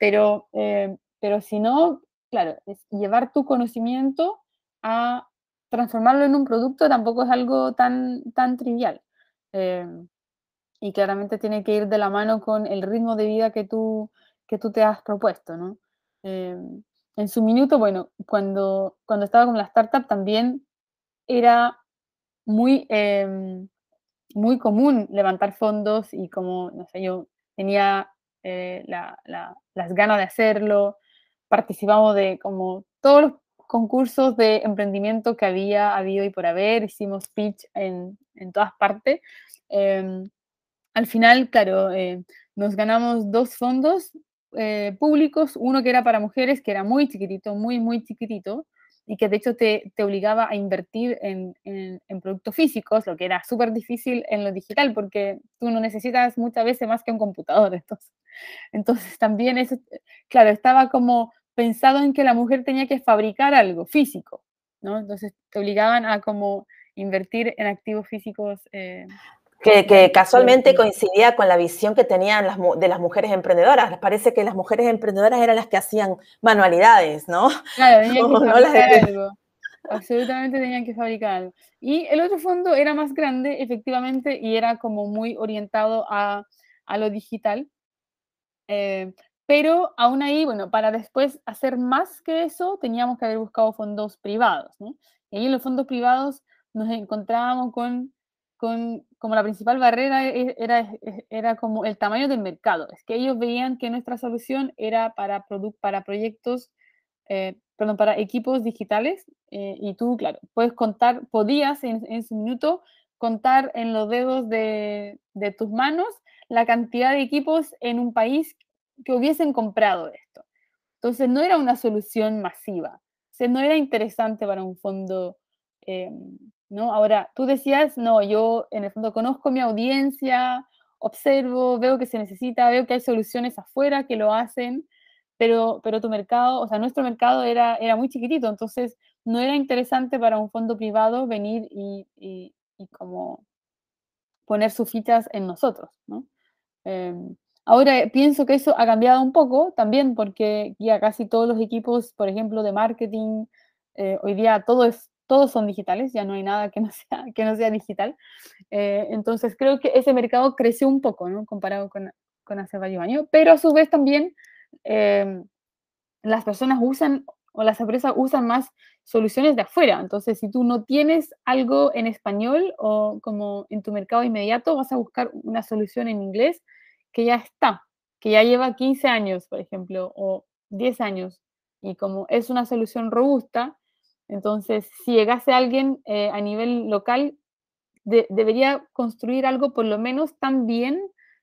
[SPEAKER 2] Pero si no, claro, es llevar tu conocimiento a transformarlo en un producto tampoco es algo tan trivial. Eh, y claramente tiene que ir de la mano con el ritmo de vida que tú te has propuesto, ¿no? Eh, en su minuto, bueno, cuando estaba con la startup también era muy, muy común levantar fondos y como, no sé, yo tenía las ganas de hacerlo, participamos de como todos los concursos de emprendimiento que había habido y por haber, hicimos pitch en todas partes. Em, Al final, claro, nos ganamos 2 fondos públicos, uno que era para mujeres, que era muy chiquitito, muy, muy chiquitito, y que de hecho te obligaba a invertir en productos físicos, lo que era súper difícil en lo digital, porque tú no necesitas muchas veces más que un computador. Entonces también eso, claro, estaba como pensado en que la mujer tenía que fabricar algo físico, ¿no? Entonces te obligaban a como invertir en activos físicos.
[SPEAKER 1] Que casualmente coincidía con la visión que tenían de las mujeres emprendedoras. Les parece que las mujeres emprendedoras eran las que hacían manualidades, ¿no?
[SPEAKER 2] Claro, tenían que
[SPEAKER 1] No las
[SPEAKER 2] fabricar
[SPEAKER 1] de...
[SPEAKER 2] algo. Absolutamente tenían que fabricar algo. Y el otro fondo era más grande, efectivamente, y era como muy orientado a lo digital. Eh, pero aún ahí, bueno, para después hacer más que eso, teníamos que haber buscado fondos privados, ¿no? Y ahí en los fondos privados nos encontrábamos con como la principal barrera era como el tamaño del mercado. Es que ellos veían que nuestra solución era para proyectos, perdón, para equipos digitales, y tú, claro, podías en su minuto contar en los dedos de tus manos la cantidad de equipos en un país que hubiesen comprado esto. Entonces no era una solución masiva, o sea, no era interesante para un fondo, eh, ¿no? Ahora, tú decías, no, yo en el fondo conozco mi audiencia, observo, veo que se necesita, veo que hay soluciones afuera que lo hacen, pero tu mercado, o sea, nuestro mercado era muy chiquitito, entonces no era interesante para un fondo privado venir y como poner sus fichas en nosotros, ¿no? Eh, Ahora pienso que eso ha cambiado un poco también porque ya casi todos los equipos, por ejemplo, de marketing, hoy día todos son digitales, ya no hay nada que no sea digital. Entonces creo que ese mercado creció un poco, ¿no? Comparado con hace varios años, pero a su vez también eh, las personas usan o las empresas usan más soluciones de afuera. Entonces, si tú no tienes algo en español o como en tu mercado inmediato, vas a buscar una solución en inglés que ya está, que ya lleva 15 años, por ejemplo, o 10 años. Y como es una solución robusta, entonces, si llegase alguien a nivel local, debería construir algo por lo menos tan bien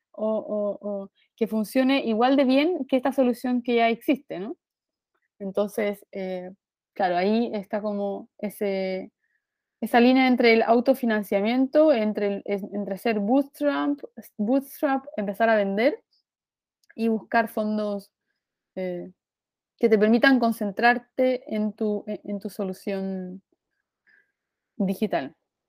[SPEAKER 2] o que funcione igual de bien que esta solución que ya existe, ¿no? Entonces, claro, ahí está como esa línea entre el autofinanciamiento, entre ser bootstrap, empezar a vender y buscar fondos eh, que te permitan concentrarte en tu solución digital.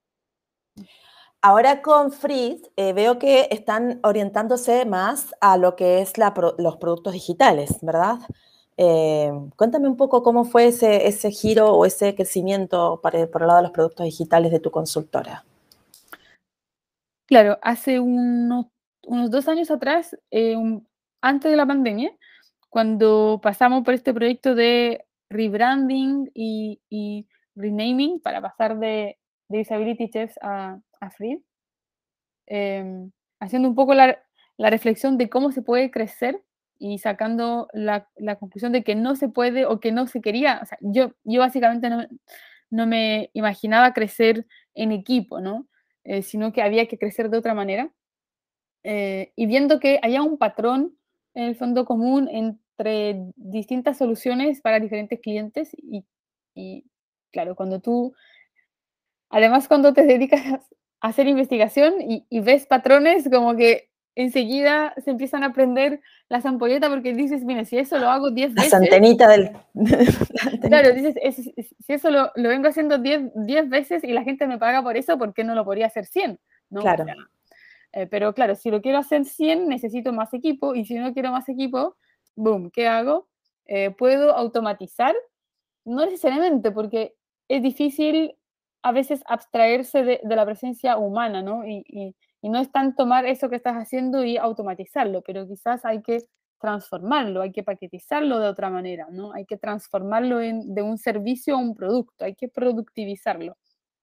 [SPEAKER 1] Ahora con Frizz veo que están orientándose más a lo que es los productos digitales, ¿verdad? Cuéntame un poco cómo fue ese giro o ese crecimiento por el lado de los productos digitales de tu consultora.
[SPEAKER 2] Claro, hace unos 2 años atrás, antes de la pandemia, cuando pasamos por este proyecto de rebranding y renaming para pasar de Disability Chefs a Free, em, haciendo un poco la reflexión de cómo se puede crecer y sacando la conclusión de que no se puede o que no se quería. O sea, yo básicamente no me imaginaba crecer en equipo, ¿no? Sino que había que crecer de otra manera. Y viendo que haya un patrón en el fondo común entre distintas soluciones para diferentes clientes y claro, cuando te dedicas a hacer investigación y ves patrones, como que enseguida se empiezan a prender las ampolletas porque dices, mira, si eso lo hago 10
[SPEAKER 1] Las
[SPEAKER 2] veces,
[SPEAKER 1] antenitas del... la
[SPEAKER 2] claro,
[SPEAKER 1] antenita.
[SPEAKER 2] dices, si eso lo vengo haciendo 10 veces y la gente me paga por eso, ¿por qué no lo podría hacer 100? ¿No? O sea,
[SPEAKER 1] Claro,
[SPEAKER 2] pero claro, si lo quiero hacer 100 necesito más equipo y si no quiero más equipo, boom, ¿qué hago? Puedo automatizar, no necesariamente, porque es difícil a veces abstraerse de la presencia humana, ¿no? Y no es tan tomar eso que estás haciendo y automatizarlo, pero quizás hay que transformarlo, hay que paquetizarlo de otra manera, ¿no? Hay que transformarlo de un servicio a un producto, hay que productivizarlo.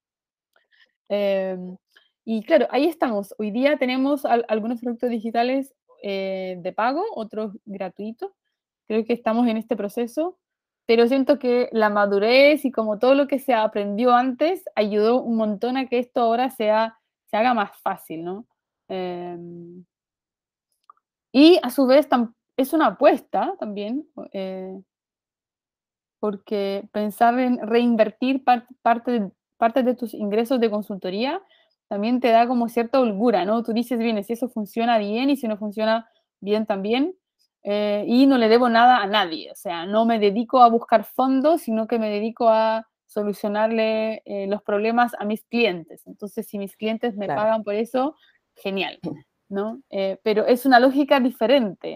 [SPEAKER 2] Em, y claro, ahí estamos. Hoy día tenemos algunos productos digitales de pago, otros gratuitos. Creo que estamos en este proceso, pero siento que la madurez y como todo lo que se aprendió antes ayudó un montón a que esto ahora se haga más fácil, ¿no? Em, y a su vez es una apuesta también, porque pensar en reinvertir parte de tus ingresos de consultoría también te da como cierta holgura, ¿no? Tú dices, bien, si eso funciona bien y si no funciona bien también, y no le debo nada a nadie, o sea, no me dedico a buscar fondos, sino que me dedico a solucionarle los problemas a mis clientes. Entonces, si mis clientes me
[SPEAKER 1] claro.
[SPEAKER 2] pagan por eso, genial, ¿no? Pero es una lógica diferente.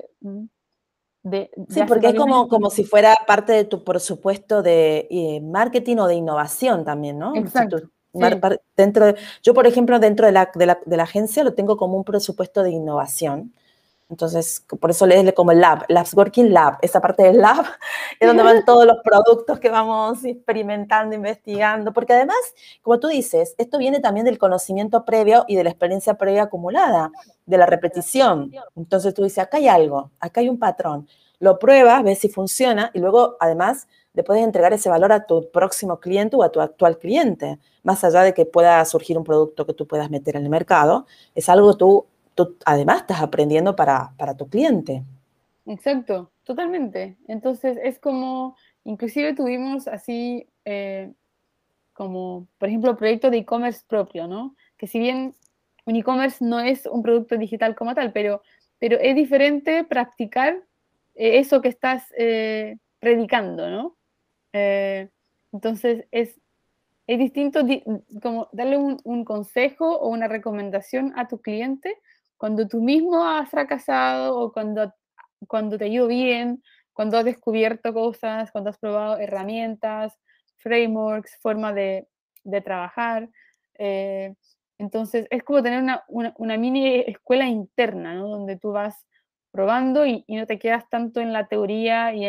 [SPEAKER 2] De
[SPEAKER 1] Sí,
[SPEAKER 2] hace
[SPEAKER 1] porque es
[SPEAKER 2] varios años.
[SPEAKER 1] como si fuera parte de tu presupuesto de marketing o de innovación también, ¿no? Si
[SPEAKER 2] Exacto, sí.
[SPEAKER 1] dentro yo, por ejemplo, dentro de la agencia lo tengo como un presupuesto de innovación. Entonces, por eso lees como el lab, Labs Working Lab. Esa parte del lab es donde van todos los productos que vamos experimentando, investigando, porque además, como tú dices, esto viene también del conocimiento previo y de la experiencia previa acumulada, de la repetición. Entonces tú dices, acá hay algo, acá hay un patrón. Lo pruebas, ves si funciona y luego, además, le puedes entregar ese valor a tu próximo cliente o a tu actual cliente. Más allá de que pueda surgir un producto que tú puedas meter en el mercado, es algo que tú además estás aprendiendo para tu cliente.
[SPEAKER 2] Exacto, totalmente. Entonces es como, inclusive tuvimos así como, por ejemplo, proyectos de e-commerce propio, ¿no? Que si bien un e-commerce no es un producto digital como tal, pero es diferente practicar eso que estás predicando, ¿no? Eh, entonces es distinto como darle un consejo o una recomendación a tu cliente cuando tú mismo has fracasado o cuando te ha ido bien, cuando has descubierto cosas, cuando has probado herramientas, frameworks, forma de trabajar. Eh, entonces, es como tener una mini escuela interna, ¿no? Donde tú vas probando y no te quedas tanto en la teoría y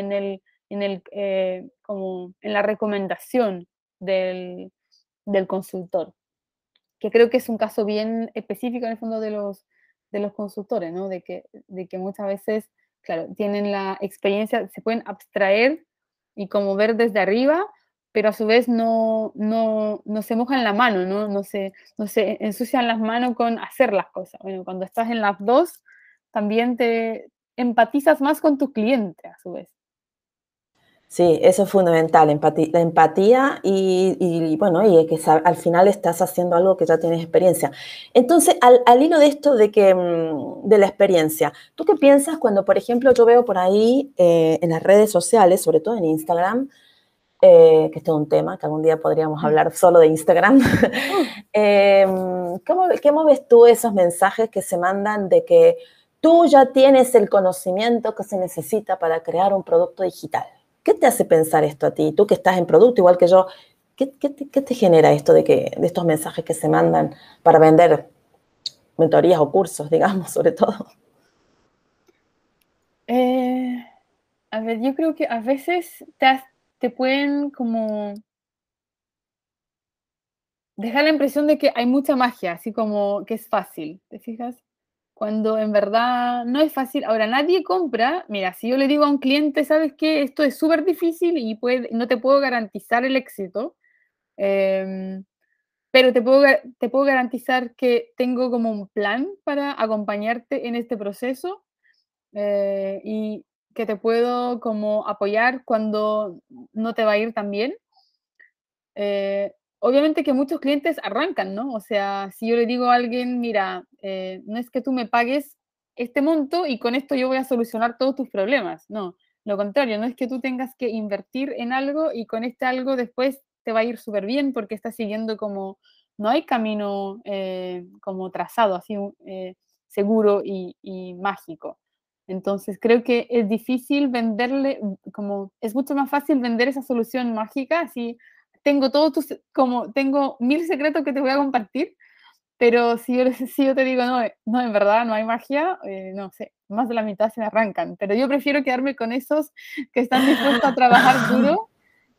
[SPEAKER 2] como en la recomendación del consultor, que creo que es un caso bien específico en el fondo de los consultores, ¿no? De que muchas veces, claro, tienen la experiencia, se pueden abstraer y como ver desde arriba, pero a su vez no se mojan la mano, ¿no? No se ensucian las manos con hacer las cosas. Bueno, cuando estás en las dos, también te empatizas más con tu cliente, a su vez.
[SPEAKER 1] Sí, eso es fundamental, la empatía bueno, y que al final estás haciendo algo que ya tienes experiencia. Entonces, al hilo de esto de la experiencia, ¿tú qué piensas cuando, por ejemplo, yo veo por ahí en las redes sociales, sobre todo en Instagram, que es todo un tema, que algún día podríamos hablar solo de Instagram?
[SPEAKER 2] Uh,
[SPEAKER 1] ¿Cómo ves tú esos mensajes que se mandan de que tú ya tienes el conocimiento que se necesita para crear un producto digital? ¿Qué te hace pensar esto a ti? Tú que estás en producto igual que yo, ¿qué te genera esto de estos mensajes que se mandan para vender? mentorías o cursos, digamos, sobre todo.
[SPEAKER 2] A ver, yo creo que a veces te pueden como dejar la impresión de que hay mucha magia, así como que es fácil, ¿te fijas? Cuando en verdad no es fácil. Ahora, nadie compra, mira, si yo le digo a un cliente, ¿sabes qué? Esto es súper difícil y no te puedo garantizar el éxito, em, pero te puedo garantizar que tengo como un plan para acompañarte en este proceso, y que te puedo como apoyar cuando no te va a ir tan bien. Obviamente que muchos clientes arrancan, ¿no? O sea, si yo le digo a alguien, mira, no es que tú me pagues este monto y con esto yo voy a solucionar todos tus problemas, no, lo contrario, no es que tú tengas que invertir en algo y con este algo después te va a ir súper bien porque estás siguiendo como, no hay camino como trazado, así seguro y mágico. Entonces creo que es difícil venderle, como es mucho más fácil vender esa solución mágica, así tengo todos como tengo 1000 secretos que te voy a compartir, pero si yo te digo, no, no, en verdad no hay magia, no sé, más de la mitad se me arrancan, pero yo prefiero quedarme con esos que están dispuestos a trabajar duro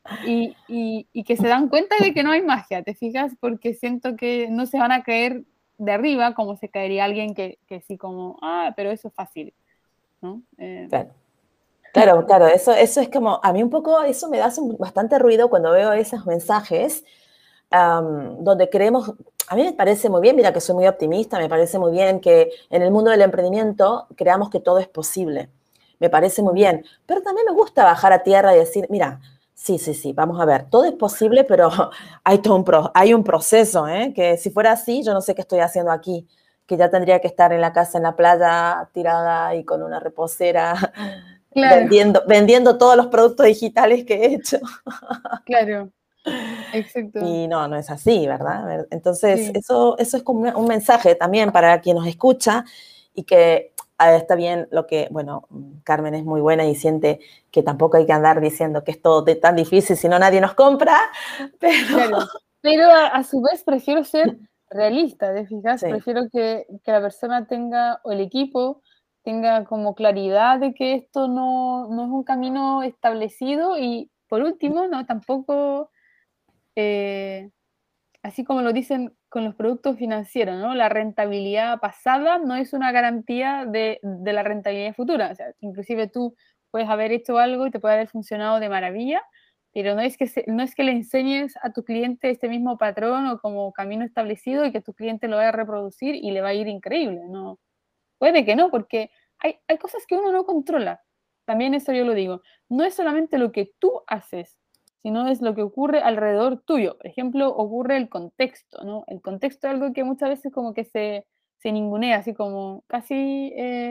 [SPEAKER 2] y que se dan cuenta de que no hay magia, ¿te fijas? Porque siento que no se van a caer de arriba como se caería alguien que sí como, ah, pero eso es fácil, ¿no?
[SPEAKER 1] Claro. Claro, claro, eso es como, a mí un poco eso me da bastante ruido cuando veo esos mensajes donde creemos, a mí me parece muy bien, mira que soy muy optimista, me parece muy bien que en el mundo del emprendimiento creamos que todo es posible, me parece muy bien, pero también me gusta bajar a tierra y decir, mira, sí, sí, sí, vamos a ver, todo es posible, pero hay, hay un proceso, ¿eh? Que si fuera así, yo no sé qué estoy haciendo aquí, que ya tendría que estar en la casa, en la playa, tirada y con una reposera,
[SPEAKER 2] Claro,
[SPEAKER 1] vendiendo todos los productos digitales que he hecho.
[SPEAKER 2] claro, exacto,
[SPEAKER 1] Y no, no es así, ¿verdad? Entonces,
[SPEAKER 2] sí.
[SPEAKER 1] eso es como un mensaje también para quien nos escucha y que está bien lo que, bueno, Carmen es muy buena y siente que tampoco hay que andar diciendo que es todo tan difícil si no nadie nos compra, pero
[SPEAKER 2] Claro, pero a su vez prefiero ser realista, ¿te fijas?
[SPEAKER 1] sí,
[SPEAKER 2] Prefiero que la persona tenga, o el equipo, tenga como claridad de que esto no es un camino establecido y por último, no, tampoco, eh, así como lo dicen con los productos financieros, ¿no? La rentabilidad pasada no es una garantía de la rentabilidad futura. O sea, inclusive tú puedes haber hecho algo y te puede haber funcionado de maravilla, pero no es que le enseñes a tu cliente este mismo patrón o como camino establecido y que tu cliente lo vaya a reproducir y le va a ir increíble, ¿no? Puede que no, porque hay cosas que uno no controla. También eso yo lo digo. No es solamente lo que tú haces, sino es lo que ocurre alrededor tuyo. Por ejemplo, ocurre el contexto, ¿no? El contexto es algo que muchas veces como que se ningunea, así como casi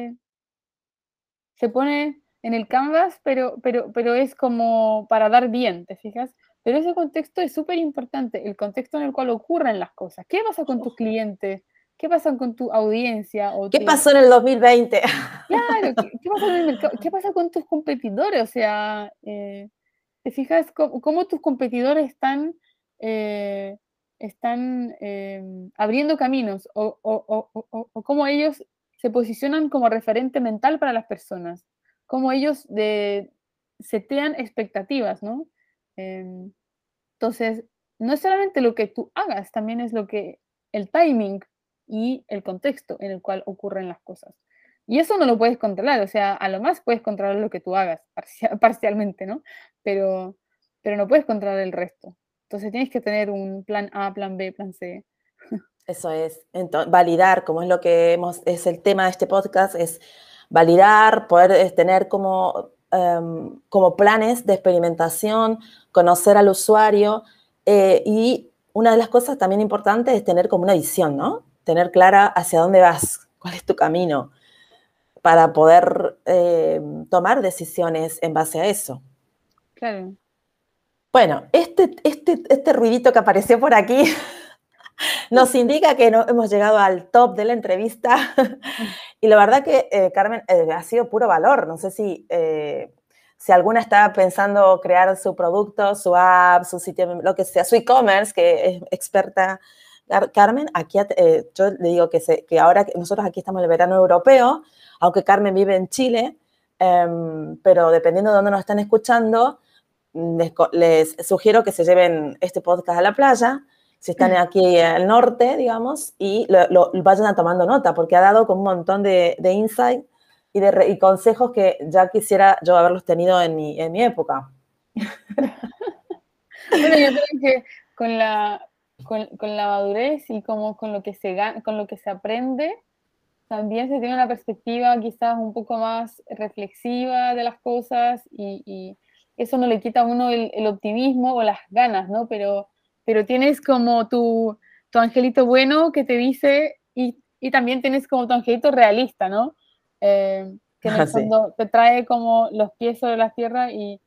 [SPEAKER 2] se pone en el canvas, pero es como para dar bien, ¿te fijas? Pero ese contexto es súper importante, el contexto en el cual ocurren las cosas. ¿Qué pasa con tus clientes? ¿Qué pasa con tu audiencia o
[SPEAKER 1] ¿qué
[SPEAKER 2] tu...
[SPEAKER 1] pasó en el 2020?
[SPEAKER 2] Claro, ¿qué pasa en el mercado? ¿Qué pasa con tus competidores? O sea, ¿te fijas cómo tus competidores eh, están abriendo caminos o cómo ellos se posicionan como referente mental para las personas? Cómo ellos setean expectativas, ¿no? Em, entonces, no es solamente lo que tú hagas, también es el timing y el contexto en el cual ocurren las cosas. Y eso no lo puedes controlar, o sea, a lo más puedes controlar lo que tú hagas, parcialmente, ¿no? Pero, pero no puedes controlar el resto. Entonces tienes que tener un plan A, plan B, plan C.
[SPEAKER 1] Eso es, validar, como es lo que es el tema de este podcast, es validar, poder tener como, como planes de experimentación, conocer al usuario y una de las cosas también importantes es tener como una visión, ¿no? Tener clara hacia dónde vas, cuál es tu camino, para poder tomar decisiones en base a eso.
[SPEAKER 2] Claro.
[SPEAKER 1] Bueno, este ruidito que apareció por aquí nos indica que no, hemos llegado al top de la entrevista y la verdad que, Carmen, ha sido puro valor. No sé si alguna está pensando crear su producto, su app, su sitio, lo que sea, su e-commerce, que es experta Carmen, aquí yo le digo que ahora nosotros aquí estamos en el verano europeo, aunque Carmen vive en Chile, pero dependiendo de dónde nos están escuchando, les sugiero que se lleven este podcast a la playa, si están aquí al norte, digamos, y lo vayan tomando nota, porque ha dado como un montón de insight y consejos que ya quisiera yo haberlos tenido en mi época.
[SPEAKER 2] Bueno, yo creo que con la madurez y como con lo que se aprende, también se tiene una perspectiva quizás un poco más reflexiva de las cosas y eso no le quita a uno el optimismo o las ganas, ¿no? Pero tienes como tu angelito bueno que te dice y también tienes como tu angelito realista, ¿no? Que en el
[SPEAKER 1] Sí.
[SPEAKER 2] fondo te trae como los pies sobre la tierra y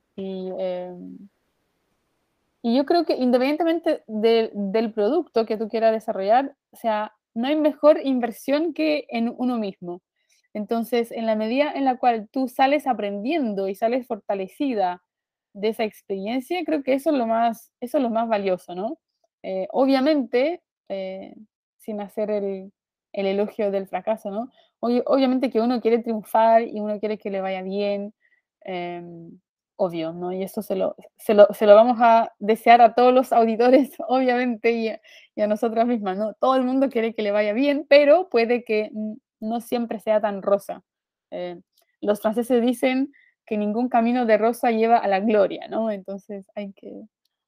[SPEAKER 2] yo creo que independientemente del producto que tú quieras desarrollar, o sea, no hay mejor inversión que en uno mismo. Entonces, en la medida en la cual tú sales aprendiendo y sales fortalecida de esa experiencia, creo que eso es lo más valioso, ¿no? Obviamente, sin hacer el elogio del fracaso, ¿no? Obviamente que uno quiere triunfar y uno quiere que le vaya bien. Obvio, ¿no? Y eso se lo vamos a desear a todos los auditores, obviamente, y a nosotras mismas, ¿no? Todo el mundo quiere que le vaya bien, pero puede que no siempre sea tan rosa. Los franceses dicen que ningún camino de rosa lleva a la gloria, ¿no? Entonces hay que...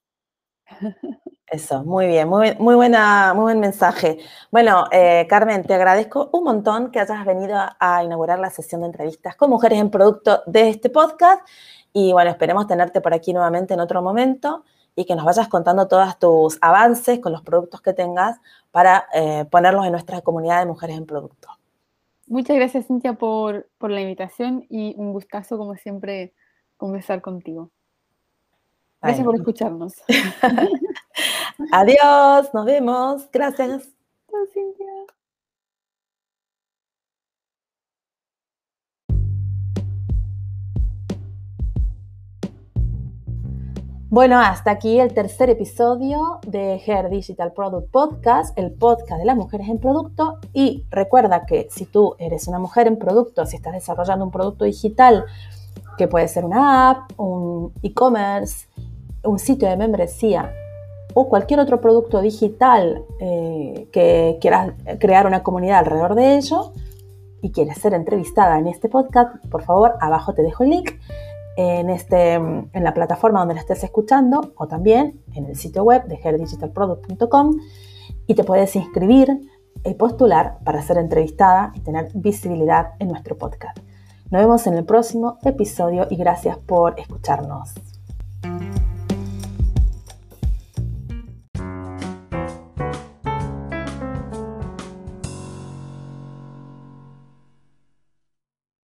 [SPEAKER 1] Eso, muy bien, muy buen mensaje. Bueno, Carmen, te agradezco un montón que hayas venido a inaugurar la sesión de entrevistas con mujeres en producto de este podcast y bueno, esperemos tenerte por aquí nuevamente en otro momento y que nos vayas contando todos tus avances con los productos que tengas para ponerlos en nuestra comunidad de mujeres en producto.
[SPEAKER 2] Muchas gracias, Cintia, por la invitación y un gustazo, como siempre, conversar contigo. Gracias
[SPEAKER 1] Bueno.
[SPEAKER 2] por escucharnos.
[SPEAKER 1] Adiós, nos vemos. Gracias.
[SPEAKER 2] Chao, Cintia.
[SPEAKER 1] Bueno, hasta aquí el tercer episodio de Her Digital Product Podcast, el podcast de las mujeres en producto. Y recuerda que si tú eres una mujer en producto, si estás desarrollando un producto digital, que puede ser una app, un e-commerce, un sitio de membresía o cualquier otro producto digital que quieras crear una comunidad alrededor de ello y quieres ser entrevistada en este podcast, por favor, abajo te dejo el link en la plataforma donde la estés escuchando o también en el sitio web de herdigitalproduct.com y te puedes inscribir y postular para ser entrevistada y tener visibilidad en nuestro podcast. Nos vemos en el próximo episodio y gracias por escucharnos.